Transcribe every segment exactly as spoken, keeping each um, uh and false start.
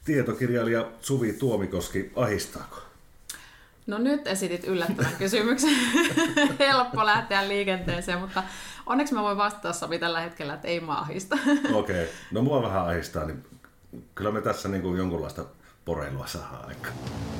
Tietokirjailija Suvi Tuomikoski, ahistaako? No nyt esitit yllättävän kysymyksen. Helppo lähteä liikenteeseen, mutta onneksi mä voin vastata Savi tällä hetkellä, että ei mä ahista. Okei, okay. No mua vähän ahistaa, niin kyllä me tässä niin kuin jonkunlaista poreilua saadaan aikaan.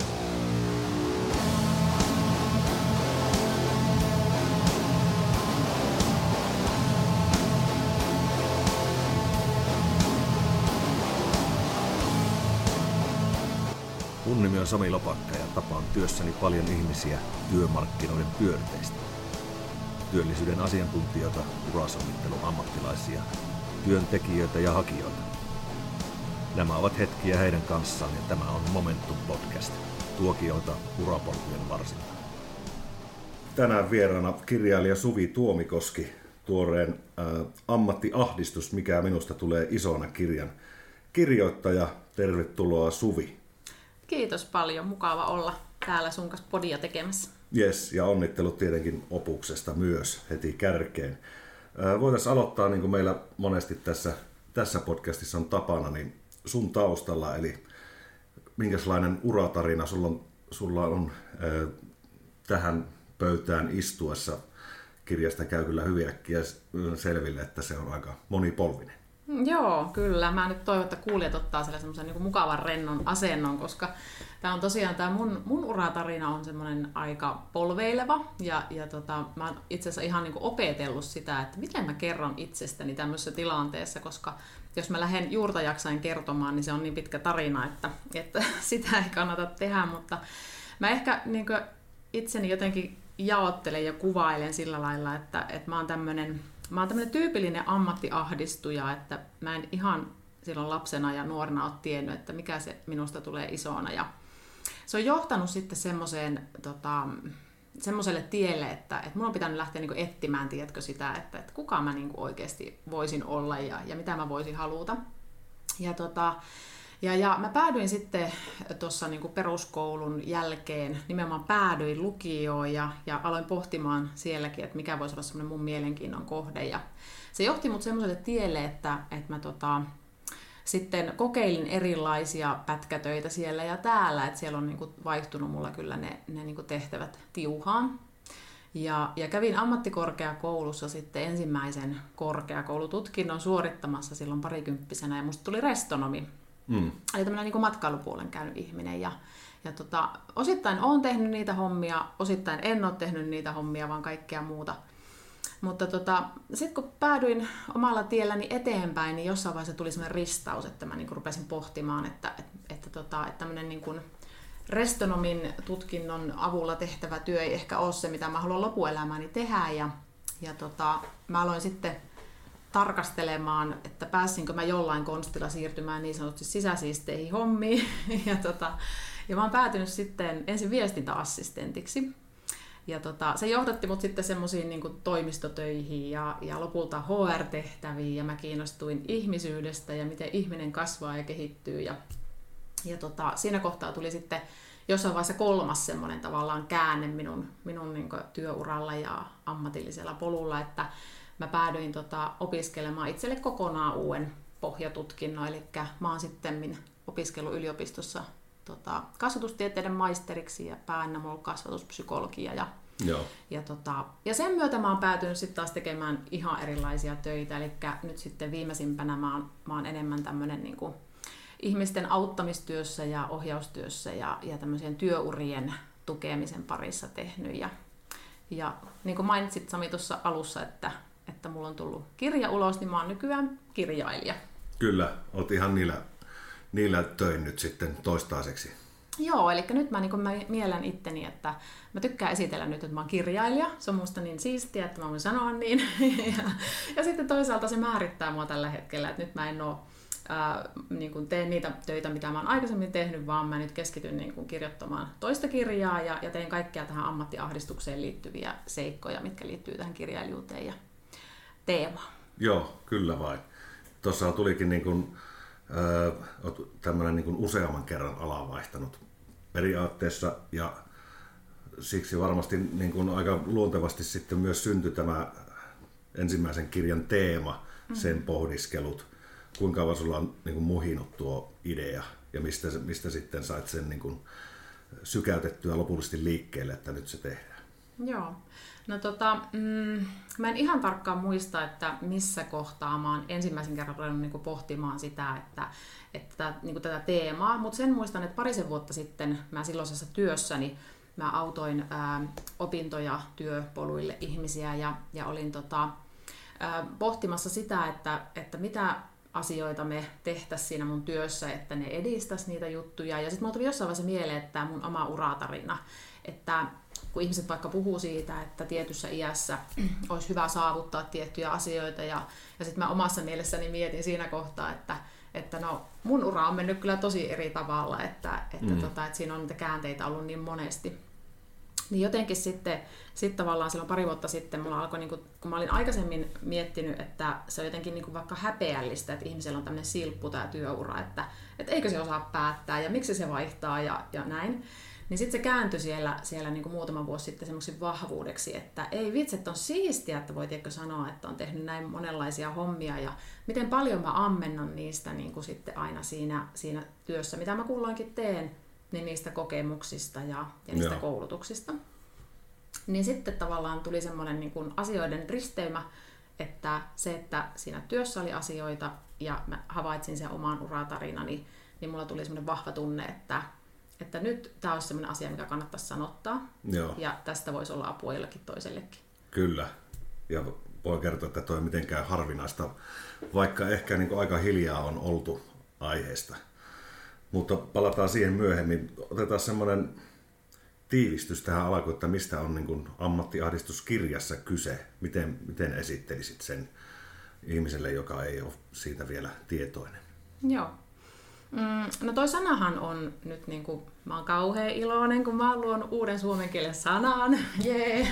Mun nimi on Sami Lopakka ja tapaan työssäni paljon ihmisiä työmarkkinoiden pyörteistä. Työllisyyden asiantuntijoita, urasovittelun ammattilaisia, työntekijöitä ja hakijoita. Nämä ovat hetkiä heidän kanssaan ja tämä on Momentum Podcast, tuokioita urapolkujen varsilta. Tänään vieraana kirjailija Suvi Tuomikoski, tuoreen äh, ammattiahdistus, mikä minusta tulee isona kirjan kirjoittaja. Tervetuloa Suvi. Kiitos paljon, mukava olla täällä sun kanssa podia tekemässä. Yes, ja onnittelut tietenkin opuksesta myös heti kärkeen. Voitaisiin aloittaa, niin kuin meillä monesti tässä, tässä podcastissa on tapana, niin sun taustalla, eli minkälainen uratarina sulla on, sulla on äh, tähän pöytään istuessa. Kirjasta käy kyllä hyvin äkkiä selville, että se on aika monipolvinen. Joo, kyllä. Mä nyt toivon, että kuulijat ottaa semmoisen niin kuin mukavan rennon asennon, koska tämä on tosiaan, tämä mun, mun uratarina on semmoinen aika polveileva ja, ja tota, mä oon itse asiassa ihan niin kuin opetellut sitä, että miten mä kerron itsestäni tämmöisessä tilanteessa, koska jos mä lähden juurta jaksain kertomaan, niin se on niin pitkä tarina, että, että sitä ei kannata tehdä, mutta mä ehkä niin kuin itseni jotenkin jaottelen ja kuvailen sillä lailla, että, että mä oon tämmöinen Mä oon tämmöinen tyypillinen ammattiahdistuja, että mä en ihan silloin lapsena ja nuorena ole tiennyt, että mikä se minusta tulee isona. Ja se on johtanut sitten semmoiseen, tota, semmoiselle tielle, että, että mun on pitänyt lähteä niinku etsimään, tiedätkö, sitä, että, että kuka mä niinku oikeasti voisin olla ja, ja mitä mä voisin haluta. Ja, tota, ja, ja mä päädyin sitten tuossa niinku peruskoulun jälkeen, nimenomaan päädyin lukioon ja, ja aloin pohtimaan sielläkin, että mikä voisi olla semmoinen mun mielenkiinnon kohde. Ja se johti mut semmoiselle tielle, että, että mä tota, sitten kokeilin erilaisia pätkätöitä siellä ja täällä, että siellä on niinku vaihtunut mulla kyllä ne, ne niinku tehtävät tiuhaan. Ja, ja kävin ammattikorkeakoulussa sitten ensimmäisen korkeakoulututkinnon suorittamassa silloin parikymppisenä ja musta tuli restonomi. Mm. Eli tämmöinen niin kuin matkailupuolen käynyt ihminen. Ja, ja tota, osittain olen tehnyt niitä hommia, osittain en ole tehnyt niitä hommia, vaan kaikkea muuta. Mutta tota, sitten kun päädyin omalla tielläni eteenpäin, niin jossain vaiheessa tuli semmoinen ristaus, että mä niin kuin rupesin pohtimaan, että, että, että, tota, että tämmöinen niin kuin restonomin tutkinnon avulla tehtävä työ ei ehkä ole se, mitä mä haluan lopuelämääni tehdä. Ja, ja tota, mä aloin sitten tarkastelemaan, että pääsinkö mä jollain konstilla siirtymään niin sanotusti sisäsiisteihin hommiin. Ja, tota, ja mä oon päätynyt sitten ensin viestintäassistentiksi. Ja tota, se johdatti mut sitten semmoisiin niin kuin toimistotöihin ja, ja lopulta H R-tehtäviin. Ja mä kiinnostuin ihmisyydestä ja miten ihminen kasvaa ja kehittyy. Ja, ja tota, siinä kohtaa tuli sitten jossain vaiheessa kolmas semmoinen tavallaan käänne minun, minun niin kuin työuralla ja ammatillisella polulla, että mä päädyin tota, opiskelemaan itselle kokonaan uuden pohjatutkinnon, eli mä oon sitten opiskellut yliopistossa tota, kasvatustieteiden maisteriksi ja päännä mulla kasvatuspsykologia. Ja, Joo. Ja, tota, ja sen myötä mä oon päätynyt sitten taas tekemään ihan erilaisia töitä, eli nyt sitten viimeisimpänä mä oon, mä oon enemmän tämmönen niin kuin ihmisten auttamistyössä ja ohjaustyössä ja, ja tämmöisen työurien tukemisen parissa tehnyt. Ja, ja niin kuin mainitsit Sami tuossa alussa, että että mulla on tullut kirja ulos, niin mä oon nykyään kirjailija. Kyllä, oot ihan niillä, niillä töin nyt sitten toistaiseksi. Joo, eli nyt mä, niin mä miellän itteni, että mä tykkään esitellä nyt, että mä oon kirjailija. Se on musta niin siistiä, että mä voin sanoa niin. ja, ja sitten toisaalta se määrittää mua tällä hetkellä, että nyt mä en oo, ää, niin kuin teen niitä töitä, mitä mä oon aikaisemmin tehnyt, vaan mä nyt keskityn niin kuin kirjoittamaan toista kirjaa ja, ja teen kaikkea tähän ammattiahdistukseen liittyviä seikkoja, mitkä liittyy tähän kirjailijuuteen ja teema. Joo, kyllä vain. Tuossa tulikin niin kuin, äh, tämmöinen niin kuin useamman kerran alaa vaihtanut periaatteessa ja siksi varmasti niin kuin aika luontevasti sitten myös syntyi tämä ensimmäisen kirjan teema, mm-hmm. sen pohdiskelut. Kuinka kauan sulla on niin kuin muhinut tuo idea ja mistä, mistä sitten sait sen niin kuin sykäytettyä lopullisesti liikkeelle, että nyt se tehdään? Joo. No tota, mm, mä en ihan tarkkaan muista, että missä kohtaa mä oon ensimmäisen kerran ruvennut niin kuin pohtimaan sitä, että, että niin kuin tätä teemaa, mutta sen muistan, että parisen vuotta sitten mä silloisessa työssäni mä autoin ää, opintoja työpoluille ihmisiä ja, ja olin tota, ää, pohtimassa sitä, että, että mitä asioita me tehtäisiin siinä mun työssä, että ne edistäisi niitä juttuja. Ja sitten mulla tuli jossain vaiheessa mieleen, että mun oma uratarina, että kun ihmiset vaikka puhuu siitä, että tietyssä iässä olisi hyvä saavuttaa tiettyjä asioita, ja, ja sitten mä omassa mielessäni mietin siinä kohtaa, että, että no, mun ura on mennyt kyllä tosi eri tavalla, että, että, mm. tota, että siinä on niitä käänteitä ollut niin monesti. Niin jotenkin sitten, sitten tavallaan silloin pari vuotta sitten mulla alkoi, niin kun, kun mä olin aikaisemmin miettinyt, että se on jotenkin niin vaikka häpeällistä, että ihmisellä on tämmöinen silppu tämä työura, että, että eikö se osaa päättää ja miksi se vaihtaa ja, ja näin. Niin sitten se kääntyi siellä, siellä niin kuin muutama vuosi sitten semmoiseksi vahvuudeksi, että ei vitsi, että on siistiä, että voi tiedätkö sanoa, että on tehnyt näin monenlaisia hommia ja miten paljon mä ammennan niistä niin kuin sitten aina siinä, siinä työssä, mitä mä kulloinkin teen, niin niistä kokemuksista ja, ja niistä Joo. koulutuksista. Niin sitten tavallaan tuli semmoinen niin kuin asioiden risteymä, että se, että siinä työssä oli asioita ja mä havaitsin sen oman uratarinani, niin mulla tuli semmoinen vahva tunne, että että nyt tämä olisi sellainen asia, mikä kannattaisi sanottaa, Joo. ja tästä voisi olla apua jollekin toisellekin. Kyllä, ja voi kertoa, että toi mitenkään harvinaista, vaikka ehkä niin kuin aika hiljaa on oltu aiheesta. Mutta palataan siihen myöhemmin. Otetaan semmoinen tiivistys tähän alkuun, että mistä on niin kuin ammattiahdistuskirjassa kyse. Miten, miten esittelisit sen ihmiselle, joka ei ole siitä vielä tietoinen? Joo. No toi sanahan on nyt niinku, mä oon kauhean iloinen, kun mä oon luonut uuden suomen kielen sanan. Jee.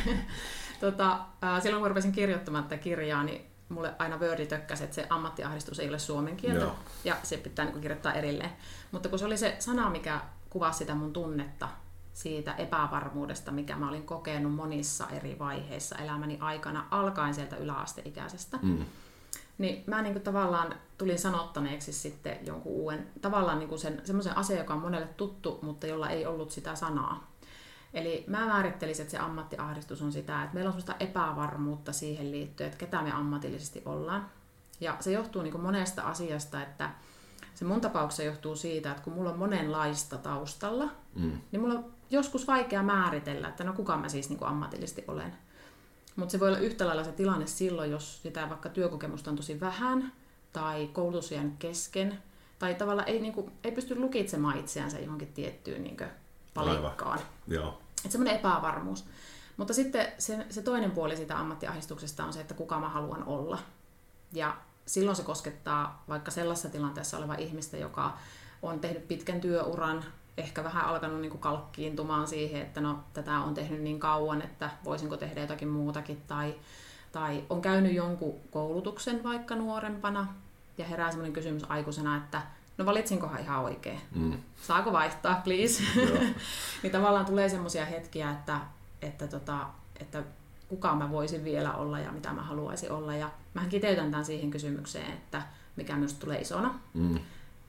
Tota, silloin kun rupesin kirjoittamaan tätä kirjaa, niin mulle aina Wordi tökkäsi, että se ammattiahdistus ei ole suomen kieltä. Joo. Ja se pitää niinku kirjoittaa erilleen. Mutta kun se oli se sana, mikä kuvasi sitä mun tunnetta siitä epävarmuudesta, mikä mä olin kokenut monissa eri vaiheissa elämäni aikana, alkaen sieltä yläasteikäisestä. Mm. Niin mä niin kuin tavallaan tulin sanottaneeksi sitten jonkun uuden, tavallaan niin kuin sen, semmoisen asian, joka on monelle tuttu, mutta jolla ei ollut sitä sanaa. Eli mä määrittelisin, että se ammattiahdistus on sitä, että meillä on semmoista epävarmuutta siihen liittyen, että ketä me ammatillisesti ollaan. Ja se johtuu niin kuin monesta asiasta, että se mun tapauksessa johtuu siitä, että kun mulla on monenlaista taustalla, mm. niin mulla on joskus vaikea määritellä, että no kuka mä siis niin kuin ammatillisesti olen. Mutta se voi olla yhtä lailla se tilanne silloin, jos sitä vaikka työkokemusta on tosi vähän tai koulutus jäänyt kesken tai tavallaan ei, niinku, ei pysty lukitsemaan itseänsä johonkin tiettyyn niinku, palikkaan. Että semmoinen epävarmuus. Mutta sitten se, se toinen puoli siitä ammattiahdistuksesta on se, että kuka mä haluan olla. Ja silloin se koskettaa vaikka sellaisessa tilanteessa oleva ihmistä, joka on tehnyt pitkän työuran, ehkä vähän alkanut niin kuin kalkkiintumaan siihen, että no, tätä on tehnyt niin kauan, että voisinko tehdä jotakin muutakin, tai, tai on käynyt jonkun koulutuksen vaikka nuorempana, ja herää sellainen kysymys aikuisena, että no valitsinkohan ihan oikein, mm. saako vaihtaa, please? Niin tavallaan tulee semmoisia hetkiä, että, että, tota, että kuka mä voisin vielä olla ja mitä mä haluaisin olla, ja mähän kiteytän tämän siihen kysymykseen, että mikä minusta tulee isona. Mm.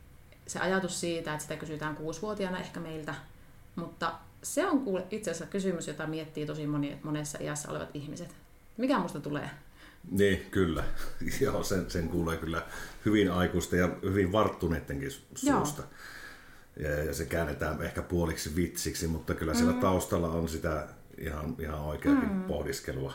Se ajatus siitä, että sitä kysytään kuusivuotiaana ehkä meiltä, mutta se on itse asiassa kysymys, jota miettii tosi moni, monessa iässä olevat ihmiset. Mikä musta tulee? Niin, kyllä. Joo, sen, sen kuulee kyllä hyvin aikuista ja hyvin varttuneidenkin suusta. Ja, ja se käännetään ehkä puoliksi vitsiksi, mutta kyllä siellä mm. taustalla on sitä ihan, ihan oikeakin mm. pohdiskelua.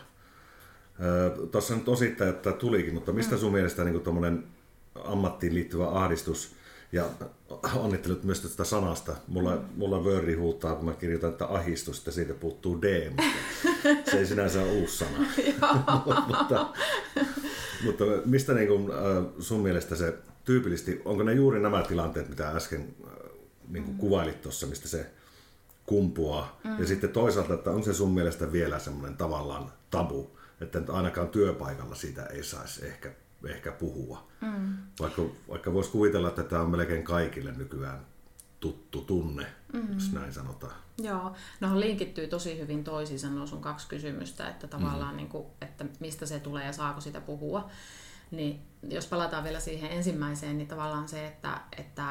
Tuossa nyt osittain, että tulikin, mutta mistä mm. sun mielestä niin tuommoinen ammattiin liittyvä ahdistus, ja onnittelut myös tästä sanasta. Mulla, mulla Wordi huutaa, kun mä kirjoitan, että ahdistus, että siitä puuttuu D, mutta se ei sinänsä ole uusi sana. mutta, mutta mistä niin kuin, sun mielestä se tyypillisesti, onko ne juuri nämä tilanteet, mitä äsken niin kuin kuvailit tuossa, mistä se kumpuaa? Mm. Ja sitten toisaalta, että on se sun mielestä vielä semmoinen tavallaan tabu, että ainakaan työpaikalla siitä ei saisi ehkä ehkä puhua. Mm. Vaikka, vaikka voisi kuvitella, että tämä on melkein kaikille nykyään tuttu tunne, mm. jos näin sanotaan. Joo, no linkittyy tosi hyvin toisiinsa nuo sun kaksi kysymystä, että tavallaan mm. niin kuin, että mistä se tulee ja saako sitä puhua. Niin jos palataan vielä siihen ensimmäiseen, niin tavallaan se, että, että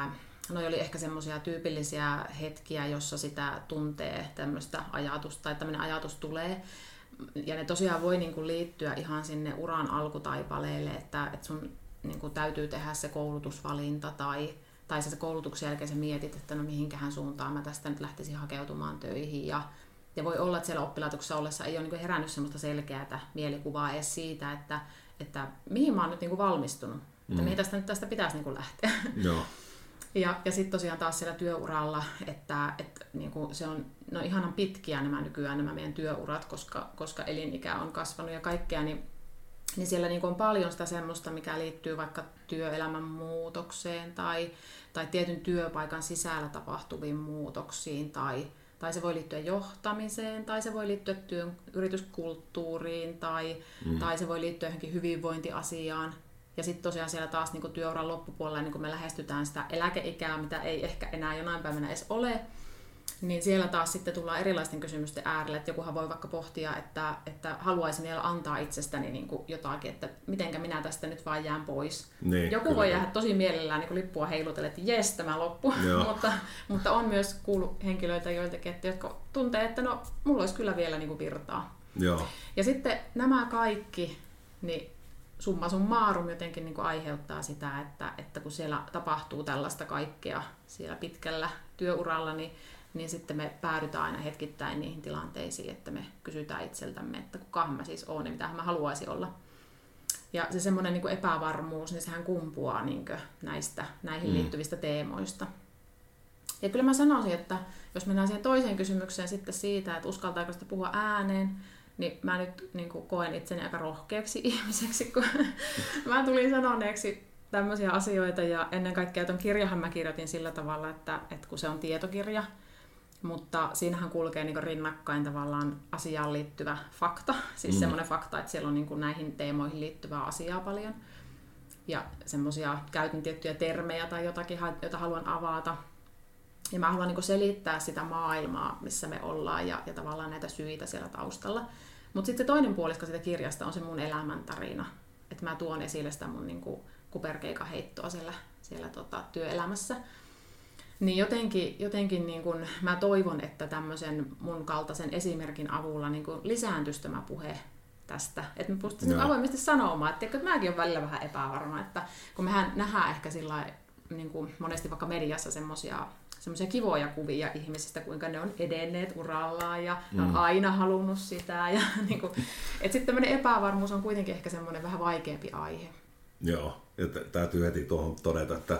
noi oli ehkä semmoisia tyypillisiä hetkiä, jossa sitä tuntee tämmöistä ajatusta tai tämmöinen ajatus tulee. Ja ne tosiaan voi niin kuin liittyä ihan sinne uran alkutaipaleelle, että, että sun niin kuin täytyy tehdä se koulutusvalinta tai, tai se koulutuksen jälkeen sä mietit, että no mihinkähän suuntaan mä tästä nyt lähtisin hakeutumaan töihin. Ja, ja voi olla, että siellä oppilaitoksessa ollessa ei ole niin kuin herännyt semmoista selkeää mielikuvaa edes siitä, että, että mihin mä oon nyt niin kuin valmistunut, mm. että mihin tästä, tästä pitäisi niin kuin lähteä. Joo. Ja, ja sitten tosiaan taas siellä työuralla, että, että niin kuin se on no ihanan pitkiä nämä nykyään nämä meidän työurat, koska, koska elinikä on kasvanut ja kaikkea, niin, niin siellä niin kuin on paljon sitä semmoista, mikä liittyy vaikka työelämän muutokseen tai, tai tietyn työpaikan sisällä tapahtuviin muutoksiin tai, tai se voi liittyä johtamiseen tai se voi liittyä työn, yrityskulttuuriin tai, mm. tai se voi liittyä johonkin hyvinvointiasiaan. Ja sitten tosiaan siellä taas niin työuran loppupuolella, niin kun me lähestytään sitä eläkeikää, mitä ei ehkä enää jonain päivänä edes ole, niin siellä taas sitten tullaan erilaisten kysymysten äärelle, että jokuhan voi vaikka pohtia, että, että haluaisin vielä antaa itsestäni niin kuin jotakin, että mitenkä minä tästä nyt vaan jään pois. Niin, Joku kyllä. voi jäädä tosi mielellään niin kuin lippua heilutella, että jes, tämä loppu, mutta, mutta on myös kuullut henkilöitä joiltakin, että, jotka tuntee, että no, mulla olisi kyllä vielä niin kuin virtaa. Joo. Ja sitten nämä kaikki, niin summa summarum jotenkin niin kuin aiheuttaa sitä, että, että kun siellä tapahtuu tällaista kaikkea siellä pitkällä työuralla, niin, niin sitten me päädytään aina hetkittäin niihin tilanteisiin, että me kysytään itseltämme, että kuka mä siis oon ja mitä mä haluaisin olla. Ja se semmoinen niin kuin epävarmuus, niin sehän kumpuaa niin kuin näistä, näihin mm. liittyvistä teemoista. Ja kyllä mä sanoisin, että jos mennään siihen toiseen kysymykseen sitten siitä, että uskaltaako sitä puhua ääneen, niin mä nyt niin kuin koen itseni aika rohkeaksi ihmiseksi, kun mä tulin sanoneeksi tämmöisiä asioita. Ja ennen kaikkea tuon kirjahan mä kirjoitin sillä tavalla, että, että kun se on tietokirja, mutta siinähän kulkee niin kuin rinnakkain tavallaan asiaan liittyvä fakta. Siis mm. semmoinen fakta, että siellä on niin kuin näihin teemoihin liittyvää asiaa paljon. Ja semmoisia käytän tiettyjä termejä tai jotakin, jota haluan avata. Ja mä haluan niin kuin selittää sitä maailmaa, missä me ollaan ja, ja tavallaan näitä syitä siellä taustalla. Mutta sitten se toinen puolisko siitä kirjasta on se mun elämäntarina. Että mä tuon esille sitä mun niin kuin kuperkeikaheittoa siellä, siellä tota, työelämässä. Niin jotenkin, jotenkin niin kuin mä toivon, että tämmöisen mun kaltaisen esimerkin avulla niin kuin lisääntyisi tämä puhe tästä. Että me pystyisin avoimesti sanomaan, että, että mäkin olen välillä vähän epävarma. Että kun mehän nähdään ehkä sillä niin kuin monesti vaikka mediassa semmoisia semmoisia kivoja kuvia ihmisistä, kuinka ne on edenneet urallaan ja mm. on aina halunnut sitä. Ja, niin kuin, että sitten tämmöinen epävarmuus on kuitenkin ehkä semmoinen vähän vaikeampi aihe. Joo, ja t- täytyy heti tuohon todeta, että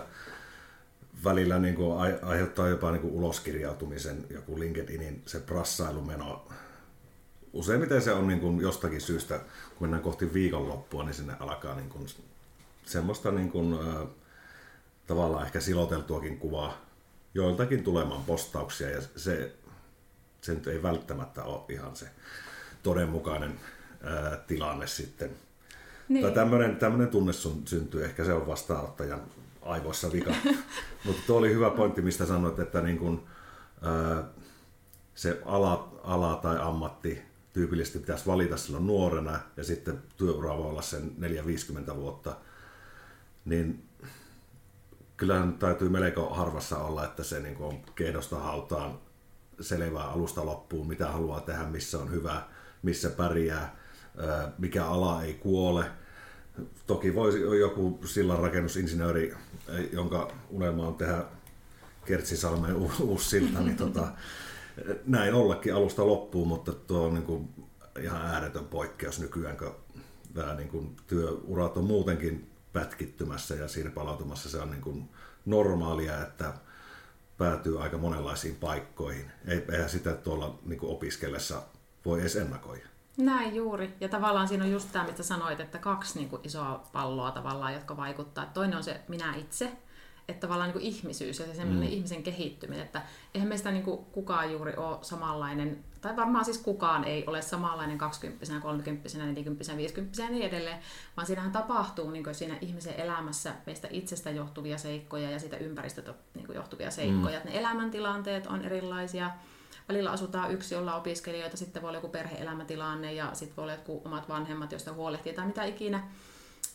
välillä niin kuin aiheuttaa jopa niin kuin uloskirjautumisen joku LinkedInin se prassailumeno. Useimmiten se on niin kuin jostakin syystä, kun mennään kohti viikonloppua, niin sinne alkaa niin kuin semmoista niin kuin, äh, tavallaan ehkä siloteltuakin kuvaa joiltakin tulemaan postauksia, ja se, se nyt ei välttämättä ole ihan se todenmukainen ää, tilanne sitten. Niin. Tai tämmöinen, tämmöinen tunne syntyy, ehkä se on vastaanottajan aivoissa vika. Mutta tuo oli hyvä pointti, mistä sanoit, että niin kun, ää, se ala, ala tai ammatti tyypillisesti pitäisi valita silloin nuorena, ja sitten työura voi olla sen neljäkymmentä viisikymmentä vuotta, niin kyllähän täytyy melko harvassa olla, että se niin kuin on kehdosta hautaan selvää alusta loppuun, mitä haluaa tehdä, missä on hyvä, missä pärjää, mikä ala ei kuole. Toki voisi joku sillanrakennusinsinööri, jonka unelma on tehdä Kertsisalmeen u- uusi silta, niin tota, näin ollakin alusta loppuun, mutta tuo on niin kuin ihan ääretön poikkeus nykyään, kun tämä niin kuin työurat on muutenkin pätkittymässä ja sirpalautumassa. Se on niin kuin normaalia, että päätyy aika monenlaisiin paikkoihin. Eihän sitä tuolla niin kuin opiskellessa voi edes ennakoida. Näin juuri. Ja tavallaan siinä on just tämä, mitä sanoit, että kaksi niin kuin isoa palloa tavallaan, jotka vaikuttaa. Toinen on se minä itse, että tavallaan niin kuin ihmisyys ja se sellainen mm. ihmisen kehittyminen, että eihän meistä niin kuin kukaan juuri ole samanlainen, tai varmaan siis kukaan ei ole samanlainen kaksikymppisenä, kolmekymppisenä, nelikymppisenä, viisikymppisenä ja niin edelleen, vaan siinähän tapahtuu niin kuin siinä ihmisen elämässä meistä itsestä johtuvia seikkoja ja siitä ympäristöstä niin kuin johtuvia seikkoja. Mm. Ne elämäntilanteet on erilaisia. Välillä asutaan yksi, ollaan opiskelijoita, sitten voi olla joku perhe-elämätilanne ja sitten voi olla jotkut omat vanhemmat, joista huolehtii tai mitä ikinä.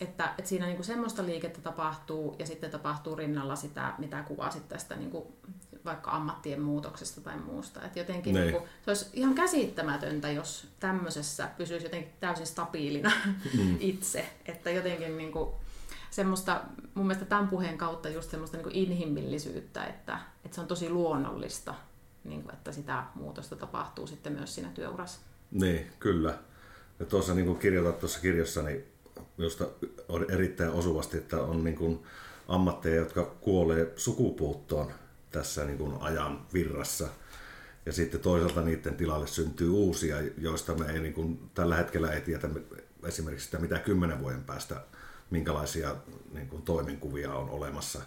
että, että siinä niin kuin semmoista liikettä tapahtuu ja sitten tapahtuu rinnalla sitä, mitä kuvasit tästä niin kuin vaikka ammattien muutoksesta tai muusta. Että jotenkin niin kuin, se olisi ihan käsittämätöntä, jos tämmöisessä pysyisi jotenkin täysin stabiilina mm. itse. Että jotenkin niin kuin, semmoista, mun mielestä tämän puheen kautta just semmoista niin kuin inhimillisyyttä, että, että se on tosi luonnollista, niin kuin, että sitä muutosta tapahtuu sitten myös siinä työurassa. Niin, kyllä. Ja tuossa niin kuin kirjoitat tuossa kirjassani, josta on erittäin osuvasti, että on niin kuin ammatteja, jotka kuolee sukupuuttoon tässä niin kuin ajan virrassa. Ja sitten toisaalta niiden tilalle syntyy uusia, joista me ei niin kuin, tällä hetkellä ei tiedä esimerkiksi sitä, mitä kymmenen vuoden päästä, minkälaisia niin kuin, toimenkuvia on olemassa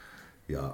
ja,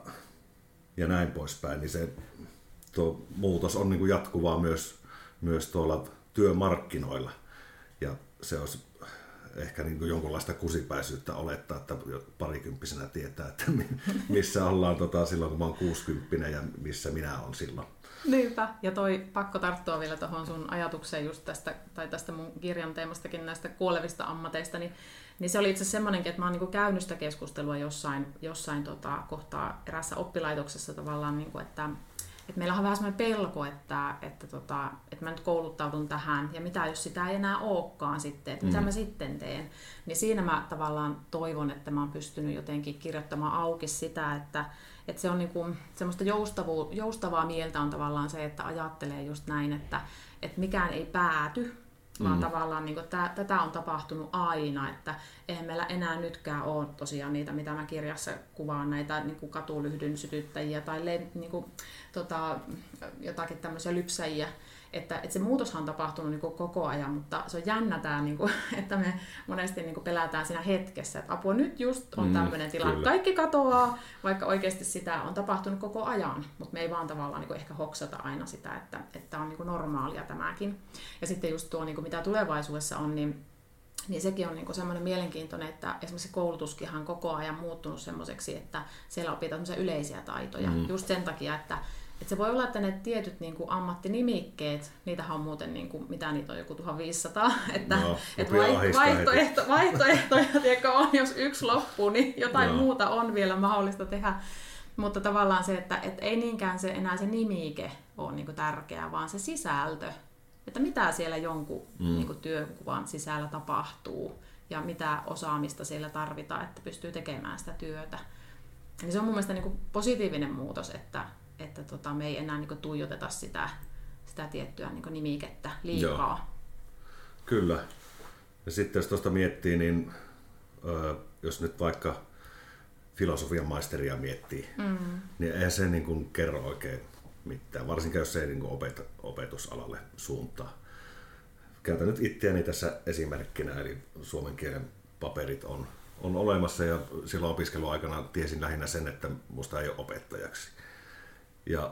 ja näin poispäin. Niin se tuo muutos on niin kuin jatkuvaa myös, myös tuolla työmarkkinoilla. Ja se olisi ehkä niin kuin jonkunlaista kusipäisyyttä olettaa, että parikymppisenä tietää, että missä ollaan tota, silloin, kun mä oon kuusikymppinen ja missä minä olen silloin. Niinpä. Ja toi pakko tarttua vielä tuohon sun ajatukseen just tästä, tai tästä mun kirjan teemastakin näistä kuolevista ammateista, niin, niin se oli itse asiassa semmoinenkin, että mä oon niin kuin käynyt sitä keskustelua jossain, jossain tota, kohtaa eräässä oppilaitoksessa tavallaan, niin kuin, että että meillä on vähän sellainen pelko, että, että, tota, että mä nyt kouluttaudun tähän, ja mitä jos sitä ei enää olekaan sitten, että mitä mm. mä sitten teen. Niin siinä mä tavallaan toivon, että mä oon pystynyt jotenkin kirjoittamaan auki sitä, että, että se on niinku, semmoista joustavaa mieltä on tavallaan se, että ajattelee just näin, että, että mikään ei pääty, vaan mm. tavallaan niin kuin, tää, tätä on tapahtunut aina, että eihän meillä enää nytkään ole tosiaan niitä, mitä mä kirjassa kuvaan, näitä niin kuin katulyhdyn sytyttäjiä tai le, niin kuin, tota, jotakin tämmöisiä lypsäjiä, että, että se muutoshan on tapahtunut niin kuin koko ajan, mutta se on jännä tämä, niin kuin, että me monesti niin kuin pelätään siinä hetkessä, että apua nyt just on tämmöinen tila, mm, kaikki katoaa, vaikka oikeasti sitä on tapahtunut koko ajan, mutta me ei vaan tavallaan niin kuin ehkä hoksata aina sitä, että, että on niin kuin normaalia tämäkin. Ja sitten just tuo, niin kuin mitä tulevaisuudessa on, niin niin sekin on niinku semmoinen mielenkiintoinen, että esimerkiksi koulutuskinhan on koko ajan muuttunut semmoiseksi, että siellä opitaan yleisiä taitoja. Mm. Just sen takia, että, että se voi olla, että ne tietyt niinku ammattinimikkeet, niitähän on muuten, niinku, mitä niitä on, joku tuhatviisisataa, että no, et vaihtoehto, vaihtoehtoja tiedätkö, on, jos yksi loppuu, niin jotain no. muuta on vielä mahdollista tehdä. Mutta tavallaan se, että et ei niinkään se, enää se nimike ole niinku tärkeää, vaan se sisältö. Että mitä siellä jonkun mm. niin kuin työkuvan sisällä tapahtuu ja mitä osaamista siellä tarvitaan, että pystyy tekemään sitä työtä. Eli se on mun mielestä niin kuin positiivinen muutos, että, että tota, me ei enää niin kuin tuijoteta sitä, sitä tiettyä niin kuin nimikettä liikaa. Joo. Kyllä. Ja sitten jos tuosta miettii, niin ö, jos nyt vaikka filosofian maisteria miettii, mm. niin eihän se niin kuin kerro oikein mitään, varsinkin jos se ei niin kuin opeta, opetusalalle suuntaa. Käytän nyt itseäni tässä esimerkkinä, eli suomen kielen paperit on, on olemassa ja silloin opiskeluaikana tiesin lähinnä sen, että musta ei ole opettajaksi. Ja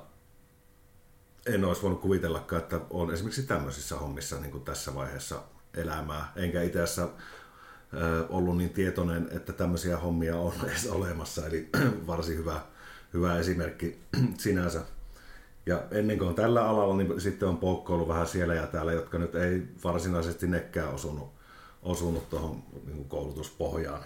en olisi voinut kuvitellakaan, että olen esimerkiksi tämmöisissä hommissa niin kuin tässä vaiheessa elämää, enkä itse asiassa ollut niin tietoinen, että tämmöisiä hommia on edes olemassa, eli varsin hyvä, hyvä esimerkki sinänsä. Ja ennen kuin on tällä alalla, niin sitten on poukkoillut vähän siellä ja täällä, jotka nyt ei varsinaisesti nekään osunut, osunut tuohon niin koulutuspohjaan.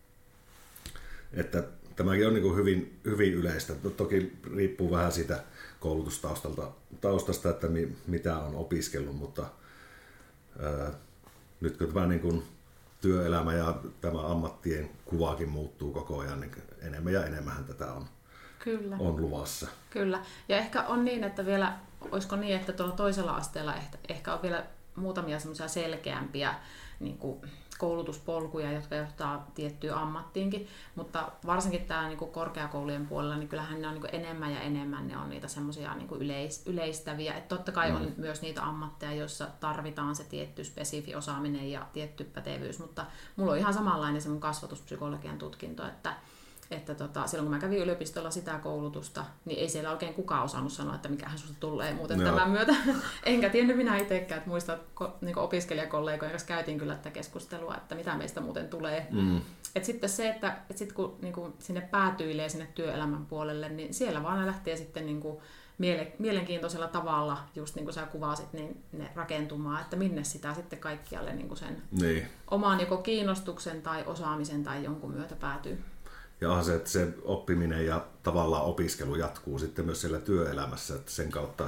Että tämäkin on niin kuin hyvin, hyvin yleistä. Toki riippuu vähän siitä koulutustaustasta, taustasta, että mi, mitä on opiskellut, mutta ää, nyt kun tämä niin kuin työelämä ja tämä ammattien kuvaakin muuttuu koko ajan, niin enemmän ja enemmän tätä on. Kyllä. on luvassa. Kyllä. Ja ehkä on niin, että vielä, olisiko niin, että tuolla toisella asteella ehkä, ehkä on vielä muutamia semmoisia selkeämpiä niin kuin koulutuspolkuja, jotka johtaa tiettyyn ammattiinkin, mutta varsinkin täällä niin kuin korkeakoulujen puolella, niin kyllähän ne on niin kuin enemmän ja enemmän ne on niitä semmoisia niin kuin yleis, yleistäviä. Et totta kai mm. on myös niitä ammatteja, joissa tarvitaan se tietty spesifi osaaminen ja tietty pätevyys, mutta mulla on ihan samanlainen se mun kasvatuspsykologian tutkinto, että että tota, silloin kun mä kävin yliopistolla sitä koulutusta, niin ei siellä oikein kukaan osannut sanoa, että mikähän susta tulee muuten no. tämän myötä. Enkä tiennyt minä itsekään, että muistan, että niin opiskelijakollegojen kanssa käytiin kyllä tätä keskustelua, että mitä meistä muuten tulee. Mm. Et sitten se, että et sit kun niin kuin sinne päätyilee sinne työelämän puolelle, niin siellä vaan ne lähtee sitten niin kuin miele- mielenkiintoisella tavalla, just niin kuin sä kuvasit, niin ne rakentumaan, että minne sitä sitten kaikkialle niin kuin sen niin. oman joko kiinnostuksen tai osaamisen tai jonkun myötä päätyy. Ja onhan se, että se oppiminen ja tavallaan opiskelu jatkuu sitten myös siellä työelämässä, että sen kautta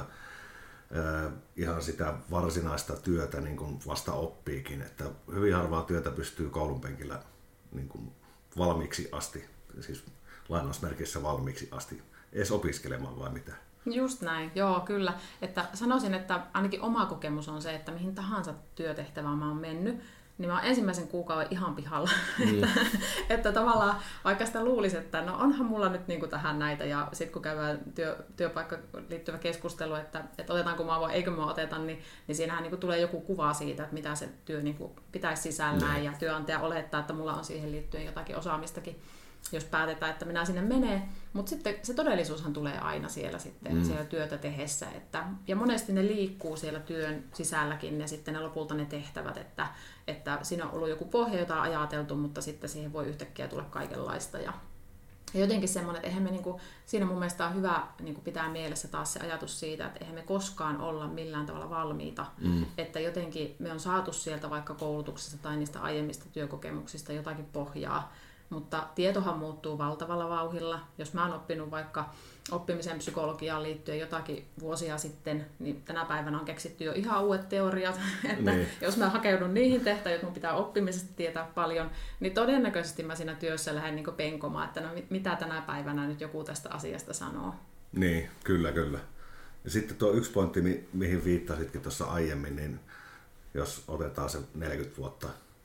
ää, ihan sitä varsinaista työtä niin kuin vasta oppiikin, että hyvin harvaa työtä pystyy koulunpenkillä niin kuin valmiiksi asti, siis lainausmerkissä valmiiksi asti, edes opiskelemaan vai mitä. Just näin, joo kyllä. Että sanoisin, että ainakin oma kokemus on se, että mihin tahansa työtehtävään mä oon mennyt, niin mä oon ensimmäisen kuukauden ihan pihalla. Mm. että, että tavallaan vaikka sitä luulisi, että no onhan mulla nyt niinku tähän näitä, ja sitten kun käydään työ, työpaikkaan liittyvä keskustelu, että, että otetaanko mua vai eikö mua oteta, niin, niin siinähän niinku tulee joku kuva siitä, että mitä se työ niinku pitäisi sisällään, mm. ja työnantaja olettaa, että mulla on siihen liittyen jotakin osaamistakin, jos päätetään, että minä sinne menee. Mutta sitten se todellisuushan tulee aina siellä, sitten, mm. siellä työtä tehdessä. Että, ja monesti ne liikkuu siellä työn sisälläkin ja sitten ne lopulta ne tehtävät, että, että siinä on ollut joku pohja, jota on ajateltu, mutta sitten siihen voi yhtäkkiä tulla kaikenlaista. Ja, ja jotenkin semmoinen, että eihän me, niinku, siinä mun mielestä on hyvä niinku pitää mielessä taas se ajatus siitä, että eihän me koskaan olla millään tavalla valmiita. Mm. Että jotenkin me on saatu sieltä vaikka koulutuksesta tai niistä aiemmista työkokemuksista jotakin pohjaa. Mutta tietohan muuttuu valtavalla vauhdilla. Jos mä oon oppinut vaikka oppimisen psykologiaan liittyen jotakin vuosia sitten, niin tänä päivänä on keksitty jo ihan uudet teoriat. Että niin. Jos mä hakeudun niihin tehtäviin, että mun pitää oppimisesta tietää paljon, niin todennäköisesti mä siinä työssä lähden niin penkomaan, että no mitä tänä päivänä nyt joku tästä asiasta sanoo. Niin, kyllä, kyllä. Ja sitten tuo yksi pointti, mi- mihin viittasitkin tuossa aiemmin, niin jos otetaan se neljäkymmentä vuotta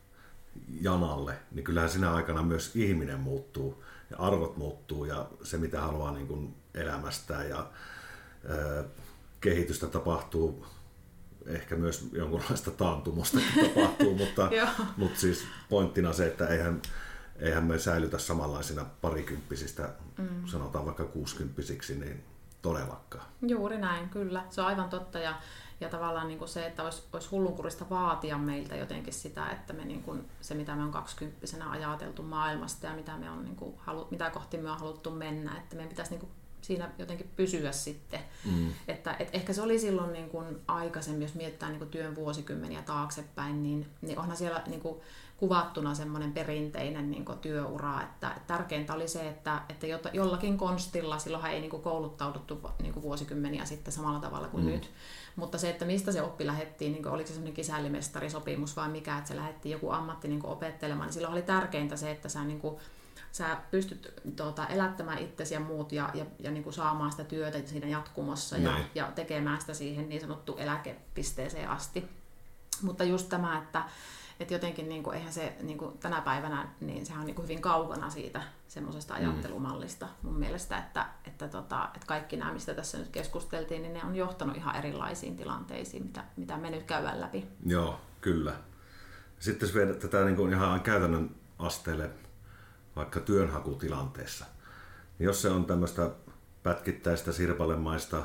janalle, niin kyllähän sinä aikana myös ihminen muuttuu ja arvot muuttuu ja se mitä haluaa niin kuin elämästään ja ö, kehitystä tapahtuu, ehkä myös jonkunlaista taantumusta tapahtuu, mutta, mutta siis pointtina se, että eihän, eihän me säilytä samanlaisina parikymppisistä, mm. sanotaan vaikka kuusikymppisiksi, niin todellakaan. Juuri näin, kyllä. Se on aivan totta ja Ja tavallaan niin kuin se, että olisi, olisi hullunkurista vaatia meiltä jotenkin sitä, että me niin kuin, se mitä me on kaksikymppisenä ajateltu maailmasta ja mitä, me on, niin kuin, halu, mitä kohti me on haluttu mennä, että meidän pitäisi niin kuin siinä jotenkin pysyä sitten. Mm. Että, et ehkä se oli silloin niin kuin aikaisemmin, jos mietitään niin kuin työn vuosikymmeniä taaksepäin, niin, niin onhan siellä niin kuin kuvattuna semmoinen perinteinen niin kuin työura, että, että tärkeintä oli se, että, että jollakin konstilla, silloinhan ei niin kuin kouluttauduttu niin kuin vuosikymmeniä sitten samalla tavalla kuin mm. nyt, mutta se, että mistä se oppi lähdettiin, niin kuin, oliko se semmoinen kisällimestarisopimus vai mikä, että se lähdettiin joku ammatti niin kuin opettelemaan, niin silloin oli tärkeintä se, että sä, niin kuin, sä pystyt tuota, elättämään itsesi ja muut ja, ja, ja niin kuin saamaan sitä työtä siinä jatkumossa ja, ja tekemään sitä siihen niin sanottu eläkepisteeseen asti. Mutta just tämä, että Että jotenkin niin kuin, eihän se niin kuin tänä päivänä, niin sehän on niin kuin hyvin kaukana siitä semmoisesta ajattelumallista mun mielestä, että, että, tota, että kaikki nämä, mistä tässä nyt keskusteltiin, niin ne on johtanut ihan erilaisiin tilanteisiin, mitä, mitä me nyt käydään läpi. Joo, kyllä. Sitten jos viedä tätä niin kuin ihan käytännön asteelle vaikka työnhakutilanteessa, niin jos se on tämmöistä pätkittäistä, sirpalemaista,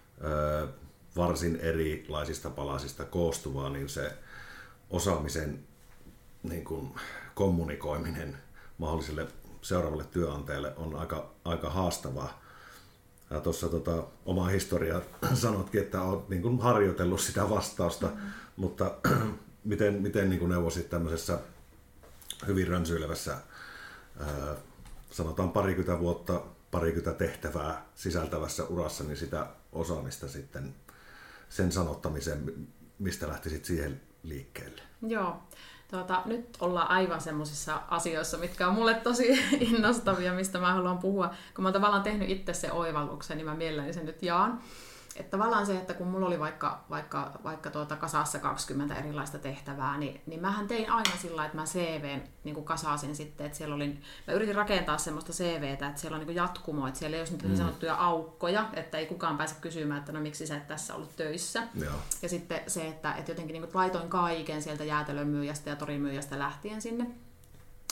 varsin erilaisista palasista koostuvaa, niin se osaamisen niin kuin kommunikoiminen mahdolliselle seuraavalle työnantajalle on aika, aika haastavaa. Tuossa tota, oma historia sanotkin, että olet niin kuin harjoitellut sitä vastausta, mm-hmm. mutta miten, miten niin kuin neuvosit tämmöisessä hyvin rönsyilevässä, ää, sanotaan parikymmentä vuotta, parikymmentä tehtävää sisältävässä urassa, niin sitä osaamista sitten, sen sanottamisen, mistä lähtisit siihen liikkeelle? Joo. Tuota, nyt ollaan aivan semmoisissa asioissa, mitkä on mulle tosi innostavia, mistä mä haluan puhua. Kun mä oon tavallaan tehnyt itse se oivalluksen, niin mä mielelläni sen nyt jaan. Että tavallaan se, että kun mulla oli vaikka, vaikka, vaikka tuota kasassa kaksikymmentä erilaista tehtävää, niin, niin mähän tein aina sillä lailla, että mä C V:n niin kuin kasasin sitten, että siellä oli, mä yritin rakentaa semmoista C V:tä, että siellä on niin kuin jatkumo, että siellä ei olisi niin sanottuja aukkoja, että ei kukaan pääse kysymään, että no miksi sä et tässä ollut töissä. Joo. Ja sitten se, että, että jotenkin niin kuin laitoin kaiken sieltä jäätelön myyjästä ja torimyyjästä lähtien sinne.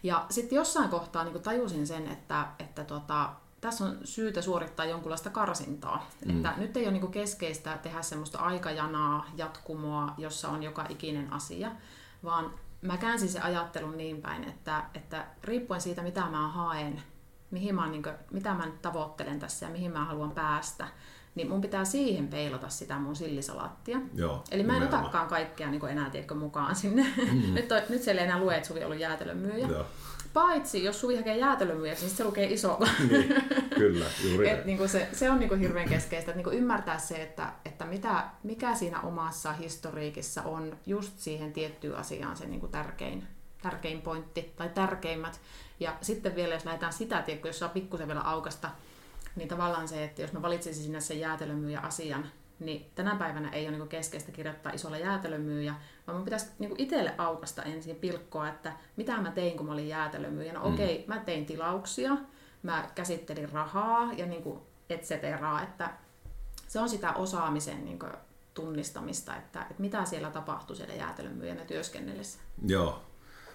Ja sitten jossain kohtaa niin tajusin sen, että, että tota, tässä on syytä suorittaa jonkunlaista karsintaa. Mm. Että nyt ei ole niin keskeistä tehdä semmoista aikajanaa, jatkumoa, jossa on joka ikinen asia, vaan mä käänsin se ajattelun niin päin, että, että riippuen siitä, mitä mä haen, mihin mä, niin kuin, mitä mä nyt tavoittelen tässä ja mihin mä haluan päästä, niin mun pitää siihen peilata sitä mun sillisalaattia. Joo, eli mä en nimenomaan otakaan kaikkea niin enää tiedätkö, mukaan sinne. Mm. nyt, on, nyt siellä ei enää lue, että Suvi on ollut jäätelönmyyjä. Joo. Paitsi, jos Suvi hakee jäätelönmyyjäksi, niin se lukee isolla. Niin, kyllä, juuri Et, niin se, se on niin hirveän keskeistä, että niin ymmärtää se, että, että mitä, mikä siinä omassa historiikissa on just siihen tiettyyn asiaan se niin tärkein, tärkein pointti tai tärkeimmät. Ja sitten vielä, jos lähdetään sitä, tiedätkö, jos saa pikkusen vielä aukasta, niin tavallaan se, että jos mä valitsisin sinne sen jäätelönmyyjä asian, niin tänä päivänä ei ole niin keskeistä kirjoittaa isolla jäätelömyyjä, vaan mun pitäisi niin itselle aukasta ensin pilkkoa, että mitä mä tein, kun mä olin jäätelömyyjä. No mm. okei, okay, mä tein tilauksia, mä käsittelin rahaa ja niin et cetera, että se on sitä osaamisen niin tunnistamista, että, että mitä siellä tapahtui siellä jäätelömyyjänä työskennellessä. Joo.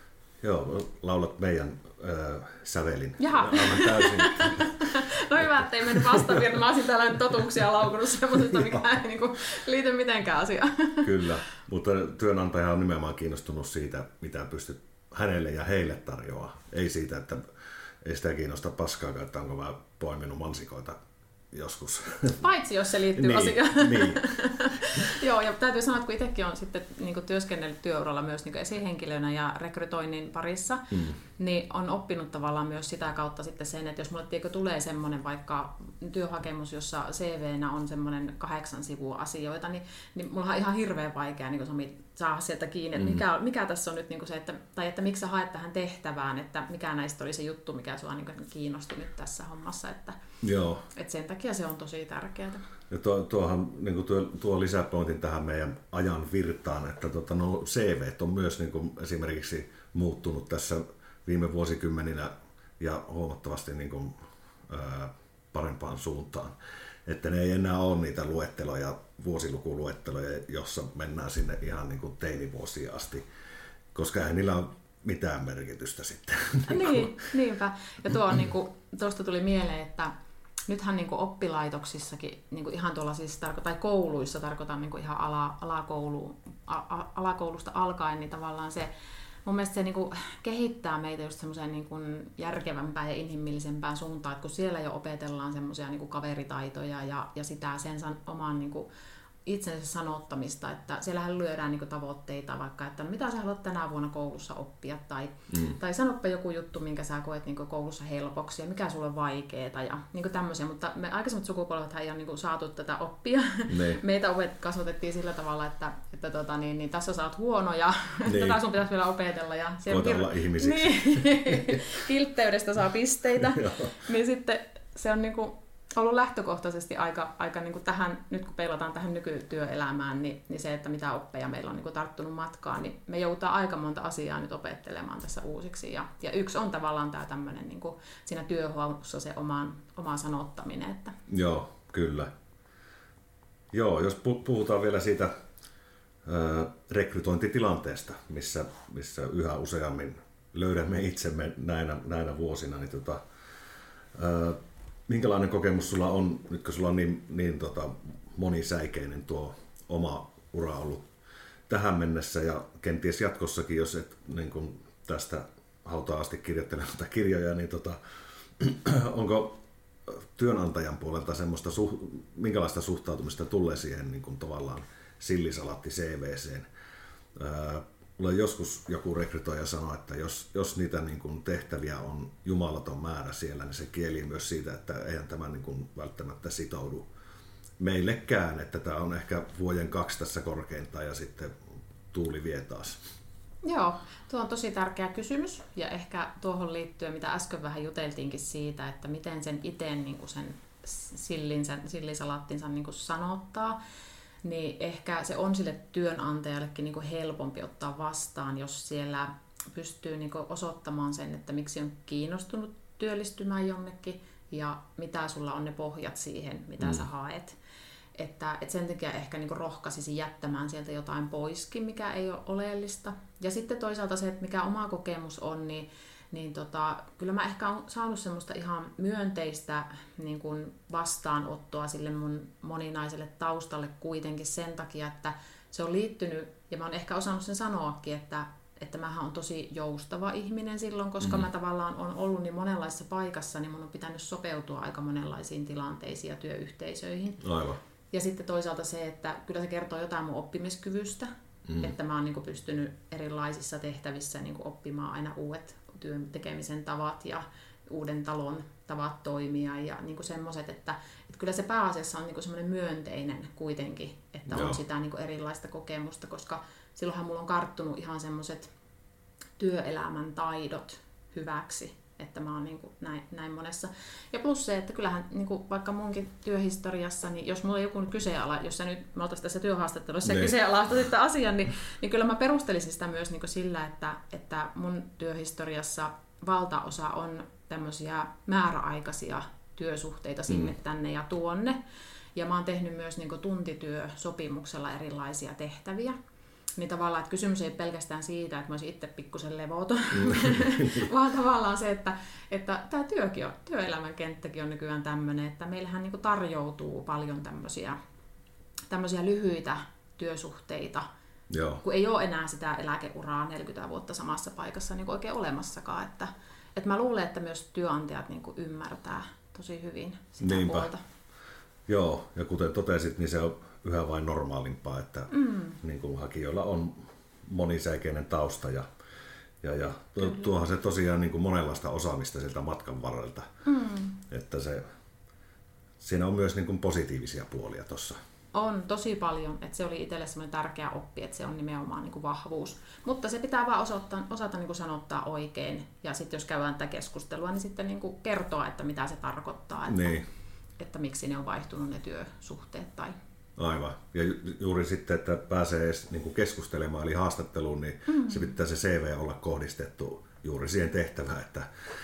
Joo, laulat meidän äh, sävelin. Jaha. Aivan täysin. No hyvä, ettei mennyt vastavirta. Mä olisin täällä nyt totuuksia laukunut semmoisesta, mikä ei niin kuin, liity mitenkään asiaan. Kyllä, mutta työnantaja on nimenomaan kiinnostunut siitä, mitä pystyt hänelle ja heille tarjoaa. Ei siitä, että ei sitä kiinnosta paskaakaan, että onko mä poiminut mansikoita joskus. Paitsi jos se liittyy niin, asiaan. Niin. Joo, ja täytyy sanoa, että kun itsekin olen sitten niin työskennellyt työuralla myös niin esihenkilönä ja rekrytoinnin parissa, mm. niin on oppinut tavallaan myös sitä kautta sitten sen, että jos mulle tiedätkö, tulee semmoinen vaikka työhakemus, jossa C V:nä on semmoinen kahdeksan sivua asioita, niin, niin mulla on ihan hirveän vaikea niin Sami, saada sieltä kiinni, että mikä, mikä tässä on nyt niin se, että, tai että miksi sä haet tähän tehtävään, että mikä näistä oli se juttu, mikä sua niin kiinnosti nyt tässä hommassa, että, Joo. että sen takia se on tosi tärkeää. Ja tuo, tuohan niin tuo, tuo lisäpointin tähän meidän ajan virtaan, että tota, no, C V:t on myös niin kuin esimerkiksi muuttunut tässä viime vuosikymmeninä ja huomattavasti niin kuin, ää, parempaan suuntaan. Että ne ei enää ole niitä luetteloja, vuosilukuluetteloja, jossa mennään sinne ihan niin kuin teinivuosiin asti, koska ei niillä ole mitään merkitystä sitten. Niin, niinpä. Ja tuo on, niin kuin, tuosta tuli mieleen, että nythän niin kuin oppilaitoksissakin, niin kuin ihan tuolla siis, tai kouluissa, tarkoitan niin kuin ihan ala, alakoulu, a, alakoulusta alkaen, niin tavallaan se, mun mielestä se niin kuin kehittää meitä just semmoiseen niin kuin järkevämpään ja inhimillisempään suuntaan, että kun siellä jo opetellaan semmoisia niin kuin kaveritaitoja ja, ja sitä sen oman niin kuin itsensä sanottamista, että siellähän lyödään niin kuin tavoitteita vaikka, että no, mitä sä haluat tänä vuonna koulussa oppia, tai, mm. tai sanoppa joku juttu, minkä sä koet niin kuin koulussa helpoksi, ja mikä sulle on vaikeeta, ja niin kuin tämmöisiä, mutta me aikaisemmat sukupolvethan ei ole niin kuin saatu tätä oppia. Ne. Meitä opet, kasvatettiin sillä tavalla, että, että tota, niin, niin tässä sä oot huono, ja niin. tätä sun pitäisi vielä opetella. Ja koita olla vir... ihmisiksi. Niin. Kiltteydestä saa pisteitä. Niin sitten se on niin kuin ollut lähtökohtaisesti aika, aika niin kuin tähän, nyt kun peilataan tähän nykytyöelämään, niin, niin se, että mitä oppeja meillä on niin kuin tarttunut matkaan, niin me joudutaan aika monta asiaa nyt opettelemaan tässä uusiksi. Ja, ja yksi on tavallaan tämä tämmöinen niin kuin siinä työhuollossa se oman, oma sanottaminen. Että... Joo, kyllä. Joo, jos puhutaan vielä siitä äh, rekrytointitilanteesta, missä, missä yhä useammin löydämme itsemme näinä, näinä vuosina, niin tota, äh, minkälainen kokemus sulla on, nyt kun sulla on niin, niin tota, monisäikeinen tuo oma ura ollut tähän mennessä ja kenties jatkossakin, jos et niin kun tästä hautaan asti kirjoittelematta kirjoja, niin tota, onko työnantajan puolelta semmoista, minkälaista suhtautumista tulee siihen niin kun tavallaan sillisalatti C V:seen? Mulla joskus joku rekrytoija sanoi, että jos, jos niitä niin kuin tehtäviä on jumalaton määrä siellä, niin se kieli myös siitä, että eihän tämä niin kuin välttämättä sitoudu meillekään, että tämä on ehkä vuoden kaksi tässä korkeintaan ja sitten tuuli vie taas. Joo, tuo on tosi tärkeä kysymys ja ehkä tuohon liittyen, mitä äsken vähän juteltiinkin siitä, että miten sen itse niin kuin sen sillinsä, sillisalattinsa niin kuin sanottaa. Niin ehkä se on sille työnantajallekin niin kuin helpompi ottaa vastaan, jos siellä pystyy niin kuin osoittamaan sen, että miksi on kiinnostunut työllistymään jonnekin ja mitä sulla on ne pohjat siihen, mitä mm. sä haet. Että, että sen takia ehkä niin kuin rohkaisisi jättämään sieltä jotain poiskin, mikä ei ole oleellista. Ja sitten toisaalta se, että mikä oma kokemus on, niin, niin tota, kyllä mä ehkä olen saanut semmoista ihan myönteistä niin kuin vastaanottoa sille mun moninaiselle taustalle kuitenkin sen takia, että se on liittynyt, ja mä oon ehkä osannut sen sanoakin, että, että mähän on tosi joustava ihminen silloin, koska mm-hmm. mä tavallaan on ollut niin monenlaisessa paikassa, niin mun on pitänyt sopeutua aika monenlaisiin tilanteisiin ja työyhteisöihin. Aivan. Ja sitten toisaalta se, että kyllä se kertoo jotain mun oppimiskyvystä, mm. että mä oon niin kuin pystynyt erilaisissa tehtävissä niin kuin oppimaan aina uudet työn tekemisen tavat ja uuden talon tavat toimia ja niin kuin semmoiset, että, että kyllä se pääasiassa on niin kuin semmoinen myönteinen kuitenkin, että Joo. on sitä niin kuin erilaista kokemusta, koska silloinhan mulla on karttunut ihan semmoiset työelämän taidot hyväksi, että mä oon niin kuin näin, näin monessa. Ja plus se, että kyllähän niin kuin vaikka munkin työhistoriassa, niin jos mulla on joku kyseenala, jos sä nyt, me oltaisiin tässä työhaastattelussa ja kyseenalaistaisit tämän asian, niin, niin kyllä mä perustelisin sitä myös niin kuin sillä, että, että mun työhistoriassa valtaosa on tämmöisiä määräaikaisia työsuhteita sinne, mm. tänne ja tuonne. Ja mä oon tehnyt myös niin kuin tuntityösopimuksella erilaisia tehtäviä. Niin tavallaan, että kysymys ei pelkästään siitä, että mä olisin itse pikkusen levoton, mm. vaan tavallaan se, että, että tämä työkin on, työelämän kenttäkin on nykyään tämmöinen, että meillähän niin kuin tarjoutuu paljon tämmöisiä, tämmöisiä lyhyitä työsuhteita, Joo. kun ei ole enää sitä eläkeuraa neljäkymmentä vuotta samassa paikassa niin kuin oikein olemassakaan. Että, että mä luulen, että myös työnantajat niin kuin ymmärtää tosi hyvin sitä Niinpä. puolta. Joo, ja kuten totesit, niin se on yhä vain normaalimpaa, että mm. niin kuin hakijoilla on monisäikeinen tausta ja, ja, ja tuohan se tosiaan niin kuin monenlaista osaamista sieltä matkan varrelta, mm. että se, siinä on myös niin kuin positiivisia puolia tuossa. On tosi paljon, että se oli itselle semmoinen tärkeä oppi, että se on nimenomaan niin kuin vahvuus, mutta se pitää vaan osata, osata niin kuin sanottaa oikein ja sitten jos käydään tätä keskustelua, niin sitten niin kuin kertoa, että mitä se tarkoittaa, että, niin. että miksi ne on vaihtunut ne työsuhteet tai Aivan. Ja ju- juuri sitten, että pääsee edes niin kuin keskustelemaan, eli haastatteluun, niin mm. se pitää se C V olla kohdistettu juuri siihen tehtävään, että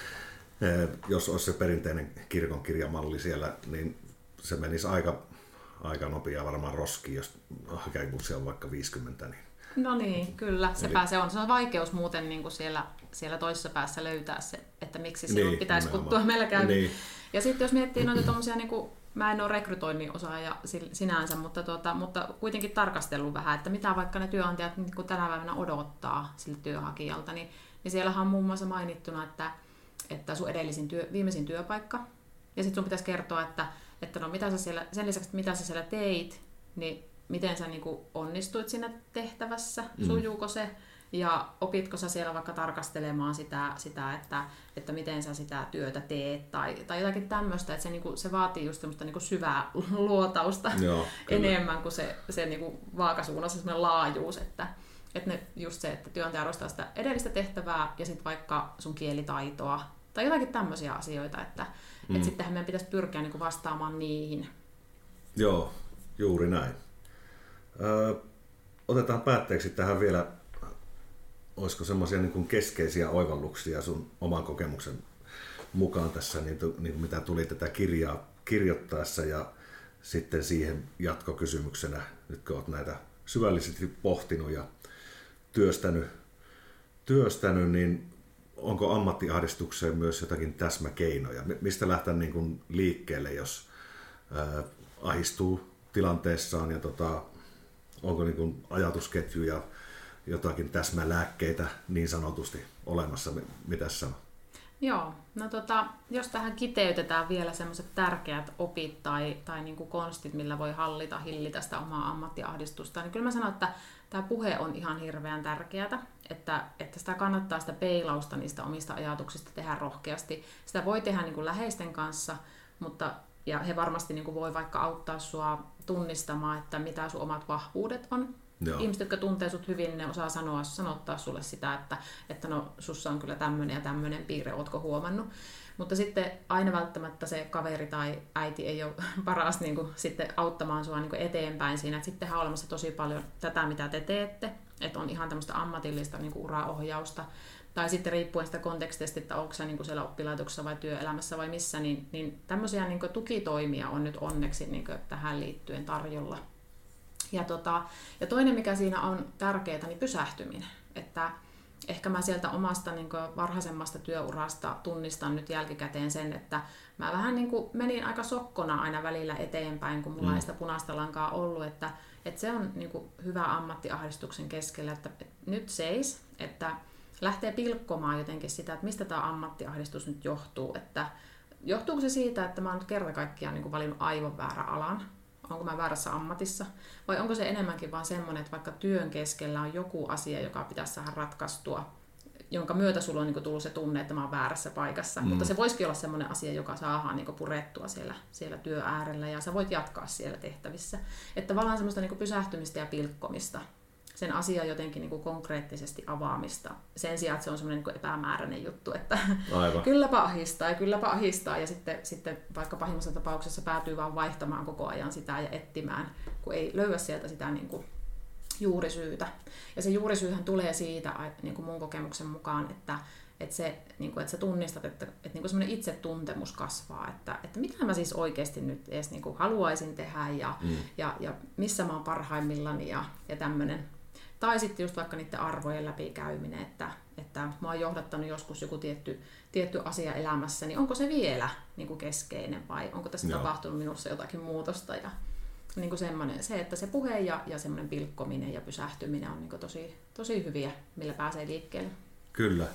eh, jos olisi se perinteinen kirkonkirjamalli siellä, niin se menisi aika, aika nopeaa varmaan roskiin, jos hakemuksia on vaikka viisikymmentä. Niin. No niin, kyllä. Sepä se on. Se on vaikeus muuten niin kuin siellä, siellä toisessa päässä löytää se, että miksi sinun niin, pitäisi kuttua meillä käydä. Niin. Ja sitten jos miettii noita tommosia niin kuin mä en ole rekrytoinnin osaaja sinänsä, mutta, tuota, mutta kuitenkin tarkastellut vähän, että mitä vaikka ne työnantajat niin kun tänä päivänä odottaa siltä työhakijalta, niin, niin siellähän on muun muassa mainittuna, että, että sun edellisin työ, viimeisin työpaikka, ja sitten sun pitäisi kertoa, että, että no, mitä sä siellä, sen lisäksi, että mitä sä siellä teit, niin miten sä niin kun onnistuit siinä tehtävässä, mm. sujuuko se, ja opitko sä siellä vaikka tarkastelemaan sitä, sitä että, että miten sä sitä työtä teet tai, tai jotakin tämmöistä, että se, niinku, se vaatii just semmoista niinku syvää luotausta Joo, enemmän kuin se, se niinku vaakasuunnassa semmoinen laajuus, että, että ne, just se, että työnantaja arvostaa sitä edellistä tehtävää ja sitten vaikka sun kielitaitoa tai jotakin tämmöisiä asioita, että mm. et sittenhän meidän pitäisi pyrkiä niinku vastaamaan niihin. Joo, juuri näin. Ö, otetaan päätteeksi tähän vielä. Olisiko semmoisia niin kuin keskeisiä oivalluksia sun oman kokemuksen mukaan tässä, niin, niin mitä tuli tätä kirjaa kirjoittaessa ja sitten siihen jatkokysymyksenä, nyt kun olet näitä syvällisesti pohtinut ja työstänyt, työstänyt niin onko ammattiahdistukseen myös jotakin täsmäkeinoja? Mistä lähteä niin kuin liikkeelle, jos ää, ahdistuu tilanteessaan ja tota, onko niin kuin ajatusketjuja, jotakin täsmälääkkeitä niin sanotusti olemassa, mitä sanoo? Joo, no tota, jos tähän kiteytetään vielä semmoiset tärkeät opit tai, tai niin kuin konstit, millä voi hallita, hillitä sitä omaa ammattiahdistusta, niin kyllä mä sanon, että tämä puhe on ihan hirveän tärkeää, että, että sitä kannattaa sitä peilausta niistä omista ajatuksista tehdä rohkeasti. Sitä voi tehdä niin kuin läheisten kanssa, mutta ja he varmasti niin kuin voi vaikka auttaa sua tunnistamaan, että mitä sun omat vahvuudet on. Joo. Ihmiset, jotka tuntee sut hyvin, ne osaa sanoa, sanottaa sulle sitä, että, että no, sussa on kyllä tämmöinen ja tämmöinen piirre, ootko huomannut. Mutta sitten aina välttämättä se kaveri tai äiti ei ole paras niin kuin, sitten auttamaan sua niin kuin eteenpäin siinä. Et sittenhän on olemassa tosi paljon tätä, mitä te teette, että on ihan tämmöistä ammatillista niin kuin uraohjausta. Tai sitten riippuen sitä kontekstista, että onko sä niin kuin siellä oppilaitoksessa vai työelämässä vai missä, niin, niin tämmöisiä niin kuin tukitoimia on nyt onneksi niin kuin tähän liittyen tarjolla. Ja, tota, ja toinen, mikä siinä on tärkeää, niin pysähtyminen. Että, ehkä mä sieltä omasta niin kuin varhaisemmasta työurasta tunnistan nyt jälkikäteen sen, että mä vähän niin kuin menin aika sokkona aina välillä eteenpäin, kun mulla mm. ei sitä punaista lankaa ollut, että, että se on niin kuin hyvä ammattiahdistuksen keskellä, että, että nyt seis, että lähtee pilkkomaan jotenkin sitä, että mistä tämä ammattiahdistus nyt johtuu, että johtuuko se siitä, että mä oon nyt kerta kaikkiaan niin kuin valinnut aivan väärän alan, onko mä väärässä ammatissa, vai onko se enemmänkin vaan semmoinen, että vaikka työn keskellä on joku asia, joka pitäisi saada ratkaistua, jonka myötä sulla on niin tullut se tunne, että mä oon väärässä paikassa. Mm. Mutta se voisikin olla semmoinen asia, joka saadaan niin purettua siellä, siellä työ äärellä, ja sä voit jatkaa siellä tehtävissä. Että tavallaan semmoista niin pysähtymistä ja pilkkomista, sen asian jotenkin niin konkreettisesti avaamista, sen sijaan, että se on semmoinen niin epämääräinen juttu, että Aivan. kylläpä ahistaa ja kylläpä ahistaa, ja sitten, sitten vaikka pahimmassa tapauksessa päätyy vaan vaihtamaan koko ajan sitä ja etsimään, kun ei löyä sieltä sitä niin kuin juurisyytä. Ja se juurisyyhän tulee siitä niin kuin mun kokemuksen mukaan, että, että, se, niin kuin, että sä tunnistat, että, että niin kuin semmoinen itsetuntemus kasvaa, että, että mitä mä siis oikeasti nyt edes niin kuin haluaisin tehdä ja, mm. ja, ja missä mä oon parhaimmillani ja, ja tämmöinen. Tai sitten just vaikka niiden arvojen läpikäyminen, että, että mä oon johdattanut joskus joku tietty, tietty asia elämässä, niin onko se vielä niin kuin keskeinen vai onko tässä Joo. tapahtunut minussa jotakin muutosta. Ja niin kuin semmoinen, se, että se puhe ja, ja semmoinen pilkkominen ja pysähtyminen on niin kuin tosi, tosi hyviä, millä pääsee liikkeelle. Kyllä.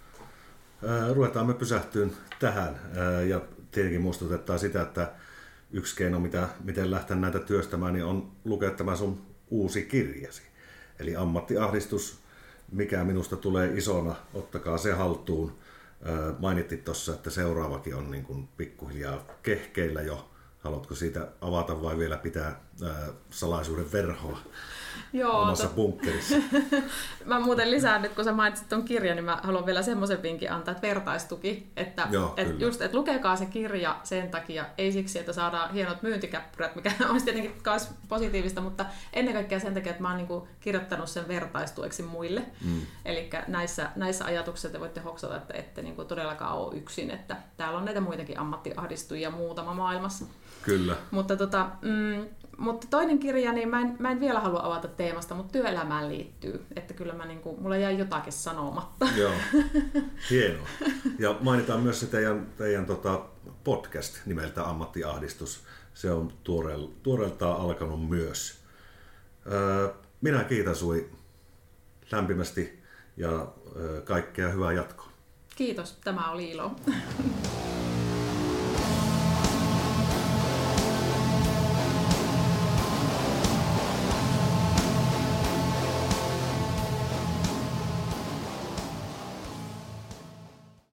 Ruvetaan me pysähtyyn tähän ja tietenkin muistutetaan sitä, että yksi keino, mitä, miten lähteä näitä työstämään, niin on lukea tämä sun uusi kirjasi. Eli ammattiahdistus, mikä minusta tulee isona, ottakaa se haltuun. Mainittiin tuossa, että seuraavakin on niin kuin pikkuhiljaa kehkeillä jo. Haluatko siitä avata vai vielä pitää ää, salaisuuden verhoa Joo, omassa to... bunkkerissa? Mä muuten lisään nyt, kun sä mainitsit tuon kirjan, niin mä haluan vielä semmoisen vinkin antaa, että vertaistuki. Että Joo, et just, et lukekaa se kirja sen takia, ei siksi, että saadaan hienot myyntikäppyrät, mikä olisi tietenkin myös positiivista, mutta ennen kaikkea sen takia, että mä oon niinku kirjoittanut sen vertaistueksi muille. Mm. Eli näissä, näissä ajatuksissa te voitte hoksata, että ette niinku todellakaan ole yksin, että täällä on näitä muitakin ammattiahdistujia muutama maailmassa. Kyllä. Mutta, tota, mm, mutta toinen kirja, niin mä en, mä en vielä halua avata teemasta, mutta työelämään liittyy. Että kyllä mä, niin kuin, mulla jäi jotakin sanomatta. Joo, hienoa. Ja mainitaan myös se teidän, teidän tota podcast nimeltä Ammattiahdistus. Se on tuoreel, tuoreeltaan alkanut myös. Öö, minä kiitän sui lämpimästi ja öö, kaikkea hyvää jatkoa. Kiitos, tämä oli ilo.